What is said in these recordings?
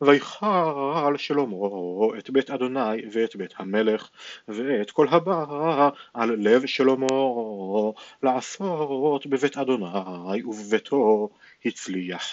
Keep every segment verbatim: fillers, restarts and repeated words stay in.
ויכל שלמה את בית אדוני ואת בית המלך ואת כל הבא על לב שלמה לעשות בבית אדוני ובביתו הצליח.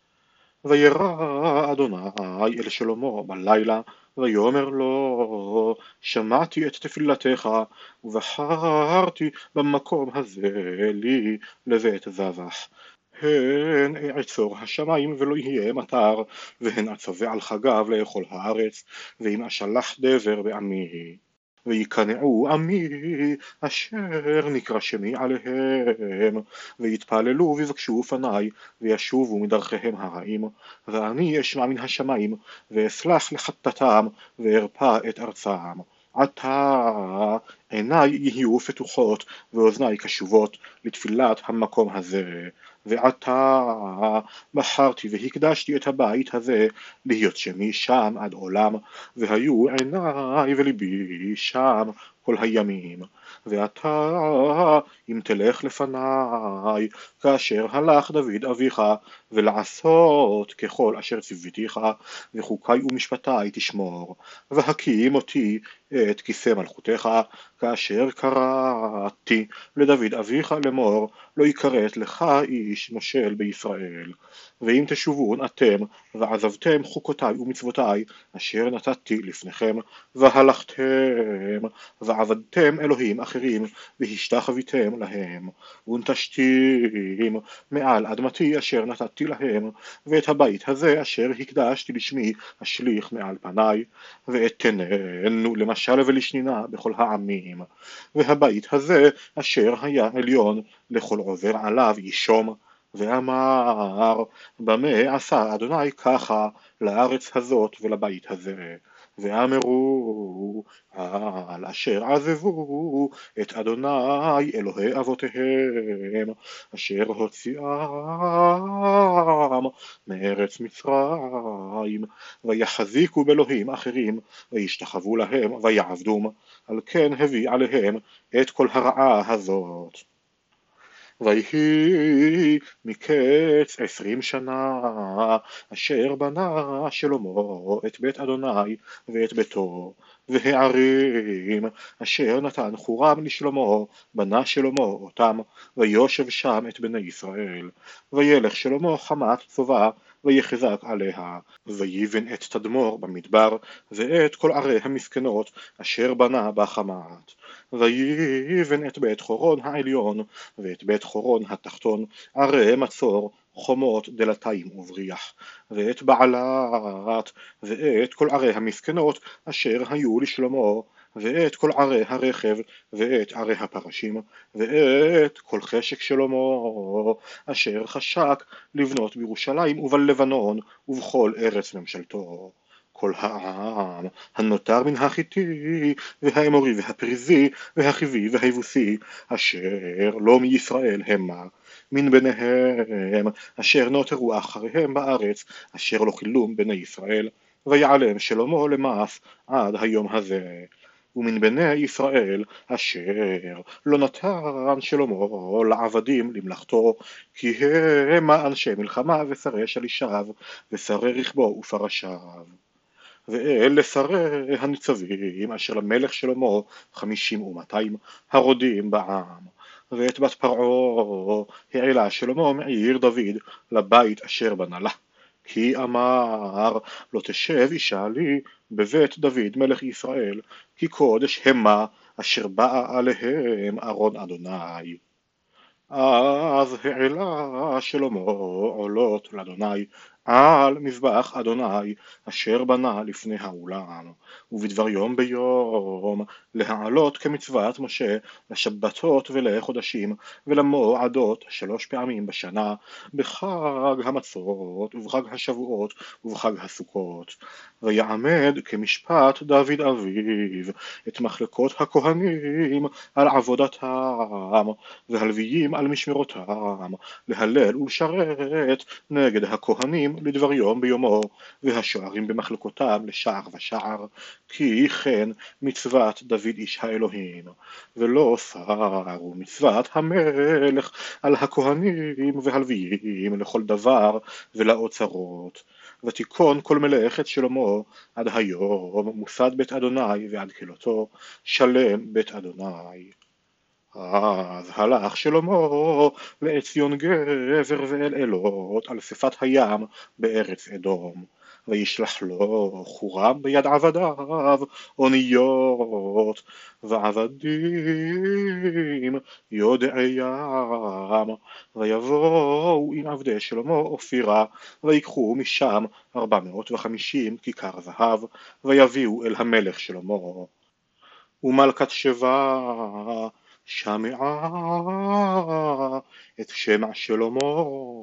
וירא אדוני אל שלמה בלילה ויאמר לו שמעתי את תפילתך ובחרתי במקום הזה לי לבית זבח. הן אעצור השמיים ולא יהיה מטר, והן אצווה על חגיו לאכול הארץ, ואם אשלח דבר בעמי ויקנעו עמי אשר נקרא שמי עליהם, ויתפללו ויבקשו פניי וישובו מדרכיהם הרעים, ואני אשמע מן השמיים ואסלח לחטאתם וארפא את ארצם. עתה עיניי יהיו פתוחות ואוזניי קשובות לתפילת המקום הזה, ועתה בחרתי והקדשתי את הבית הזה להיות שמי שם עד עולם, והיו עיניי וליבי שם כל הימים. ואתה אם תלך לפניי כאשר הלך דוד אביך, ולעשות ככל אשר ציוויתיך, וחוקי ומשפטי תשמור, והקים אותי את כיסא מלכותך, כאשר קראתי לדוד אביך לאמור לא יכרת לך איש מושל בישראל. ואם תשובון אתם ועזבתם חוקותיי ומצוותיי אשר נתתי לפניכם, והלכתם ועבדתם אלוהים אחרים והשתחוויתם להם, ונטשתים מעל אדמתי אשר נתתי להם, ואת הבית הזה אשר הקדשתי לשמי אשליך מעל פניי, ואתננו למשל ולשנינה בכל העמים, והבית הזה אשר היה עליון לכל עובר עליו ישום. ואמר במה עשה אדוני ככה לארץ הזאת ולבית הזה, ואמרו על אשר עזבו את אדוני אלוהי אבותיהם אשר הוציאם מארץ מצרים, ויחזיקו באלוהים אחרים וישתחוו להם ויעבדום, על כן הביא עליהם את כל הרעה הזאת. ויהי מקץ עשרים שנה אשר בנה שלמה את בית אדוני ואת ביתו, והערים אשר נתן חורם לשלמה בנה שלמה אותם, ויושב שם את בני ישראל. וילך שלמה חמת צובה ויחזק עליה, ויבן את תדמור במדבר ואת כל ערי המסכנות אשר בנה בחמת. ויבן את בית חורון העליון ואת בית חורון התחתון, ערי מצור, חומות, דלתיים ובריח, ואת בעלת ואת כל ערי המסכנות אשר היו לשלמה, ואת כל ערי הרכב ואת ערי הפרשים, ואת כל חשק שלמה אשר חשק לבנות בירושלים ובלבנון ובכל ארץ ממשלתו. כל העם הנותר מן החיתי והאמורי והפריזי והחיבי והיבוסי אשר לא מישראל המה, מן ביניהם אשר נותרו אחריהם בארץ אשר לא חילום בני ישראל, ויעלם שלמה למעש עד היום הזה. ומן בני ישראל אשר לא נתן שלמה לעבדים למלאכתו, כי הם אנשי מלחמה ושרי שלישיו ושרי רכבו ופרשיו. ואלה שרי הניצבים אשר למלך שלמה חמישים ומאתיים הרודים בעם. ואת בת פרעה העלה שלמה מעיר דוד לבית אשר בנה לה, כי אמר לא תשב אישה לי בבית דוד מלך ישראל, כי קודש המה אשר באה עליהם ארון אדוני. אז העלה שלמה עולות לאדוני על מזבח אדוני אשר בנה לפני האולם, ובדבר יום ביום להעלות כמצוות משה לשבתות ולחודשים ולמועדות שלוש פעמים בשנה, בחג המצות ובחג השבועות ובחג הסוכות. ויעמד כמשפט דוד אביו את מחלקות הכהנים על עבודתם והלוויים על משמרותם, להלל ולשרת נגד הכהנים לדבר יום ביומו, והשוערים במחלקותם לשער ושער, כי כן מצוות דוד איש האלוהים. ולא סרו מצוות המלך על הכהנים והלוויים לכל דבר ולאוצרות. ותיכון כל מלאכת שלמה עד היום, מוסד בית אדוני ועד כלותו, שלם בית אדוני. אז הלך שלמה לעציון גבר ואל אלות על שפת הים בארץ אדום, וישלח לו חורם ביד עבדיו אוניות ועבדים יודעי ים, ויבואו עם עבדי שלמה אופירה, ויקחו משם ארבע מאות וחמישים כיכר זהב, ויביאו אל המלך שלמה. ומלכת שבא שמעה את שמע שלמה,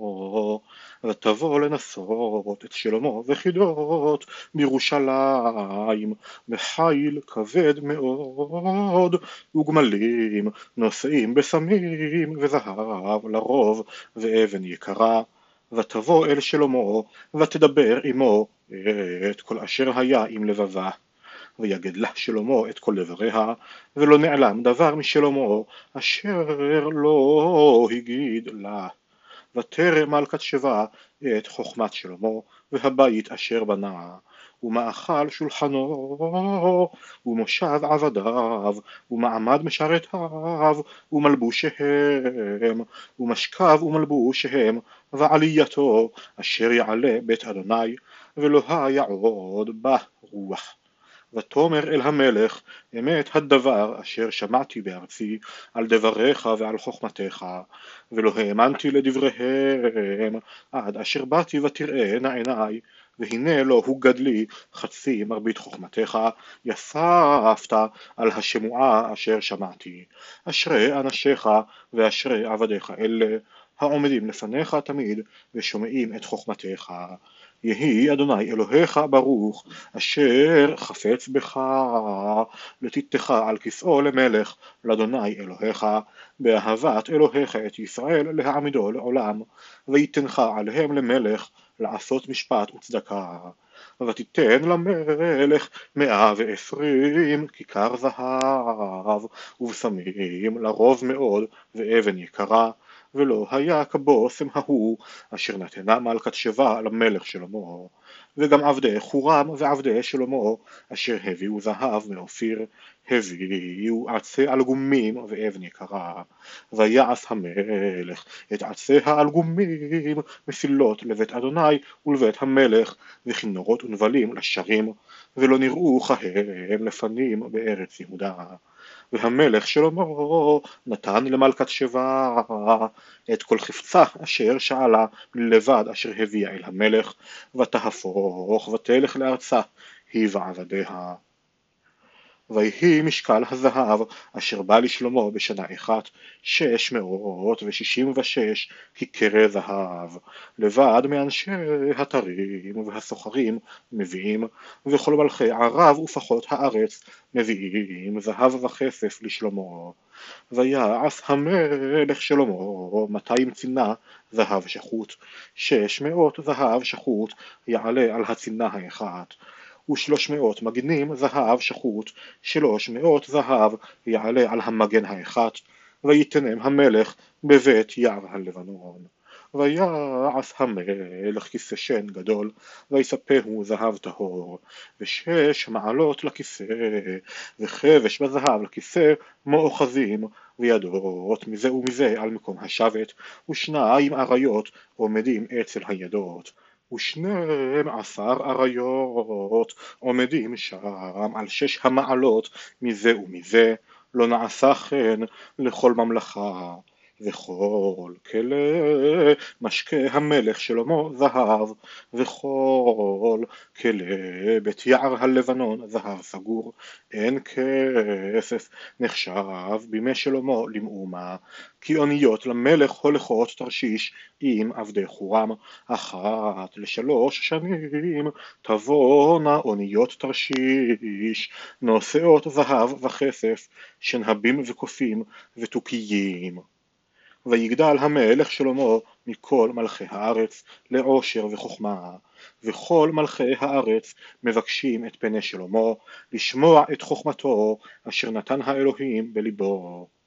ותבוא לנסות את שלמה וחידות בירושלים בחיל כבד מאוד, וגמלים נושאים בסמים וזהב לרוב ואבן יקרה. ותבוא אל שלמה ותדבר עמו את כל אשר היה עם לבבה, ויגד לה שלמה את כל דבריה, ולא נעלם דבר משלמה אשר לא הגיד לה. ותרא מלכת שבא את חוכמת שלמה והבית אשר בנה, ומאכל שולחנו ומושב עבדיו ומעמד משרתיו ומלבושיהם ומשכב ומלבושיהם, ועלייתו אשר יעלה בית אדוני, ולא היה עוד בה רוח. ותאמר אל המלך, אמת הדבר אשר שמעתי בארצי על דבריך ועל חוכמתך, ולא האמנתי לדבריהם, עד אשר באתי ותראינה עיניי, והנה לא הוגד לי חצי מרבית חוכמתך, יספת על השמועה אשר שמעתי. אשרי אנשיך ואשרי עבדיך אלה, העומדים לפניך תמיד ושומעים את חוכמתך. יהי אדוני אלוהיך ברוך, אשר חפץ בך לתיתך על כסאו למלך לאדוני אלוהיך, באהבת אלוהיך את ישראל להעמידו לעולם, ויתנך עליהם למלך לעשות משפט וצדקה. ותיתן למלך מאה ועשרים כיכר זהב ובשמים לרוב מאוד ואבן יקרה, ולא היה כבושם ההוא אשר נתנה מלכת שבא למלך שלמה. וגם עבדי חורם ועבדי שלמה אשר הביאו זהב מאופיר, הביאו עצי אלגומים ואבן יקרה. ויעש המלך את עצי האלגומים מסילות לבית אדוני ולבית המלך, וכינורות ונבלים לשרים, ולא נראו כהם לפנים בארץ יהודה. והמלך שלמה נתן למלכת שבא את כל חפצה אשר שאלה מלבד אשר הביאה אל המלך, ותהפוך ותלך לארצה היא ועבדיה. ויהי משקל הזהב אשר בא לשלמה בשנה אחת שש מאות ושישים ושש כיכרי זהב, לבד מאנשי התרים והסוחרים מביאים, וכל מלכי ערב ופחות הארץ מביאים זהב וכסף לשלמה. ויעש המלך שלמה מאתיים צינה זהב שחוט, שש מאות זהב שחוט יעלה על הצינה האחת, ושלוש מאות מגנים זהב שחוט, שלוש מאות זהב יעלה על המגן האחת, ויתנם המלך בבית יער הלבנון. ויעש המלך כיסא שן גדול, ויספהו זהב טהור, ושש מעלות לכיסא, וחבש בזהב לכיסא מאוחזים, וידות מזה ומזה על מקום השבת, ושניים אריות עומדים אצל הידות, ושנים עשר אריות עומדים שם על שש המעלות מזה ומזה. לא נעשה כן לכל ממלכה, וכל כלי משקה המלך שלמה זהב, וכל כלי בית יער הלבנון זהב סגור. אין כסף נחשב בימי שלמה למאומה, כי אוניות למלך הולכות תרשיש עם עבדי חורם, אחת לשלוש שנים תבואנה אוניות תרשיש, נושאות זהב וכסף, שנהבים וקופים ותוכיים. ויגדל המלך שלמה מכל מלכי הארץ לעושר וחוכמה, וכל מלכי הארץ מבקשים את פני שלמה לשמוע את חוכמתו אשר נתן האלוהים בליבו.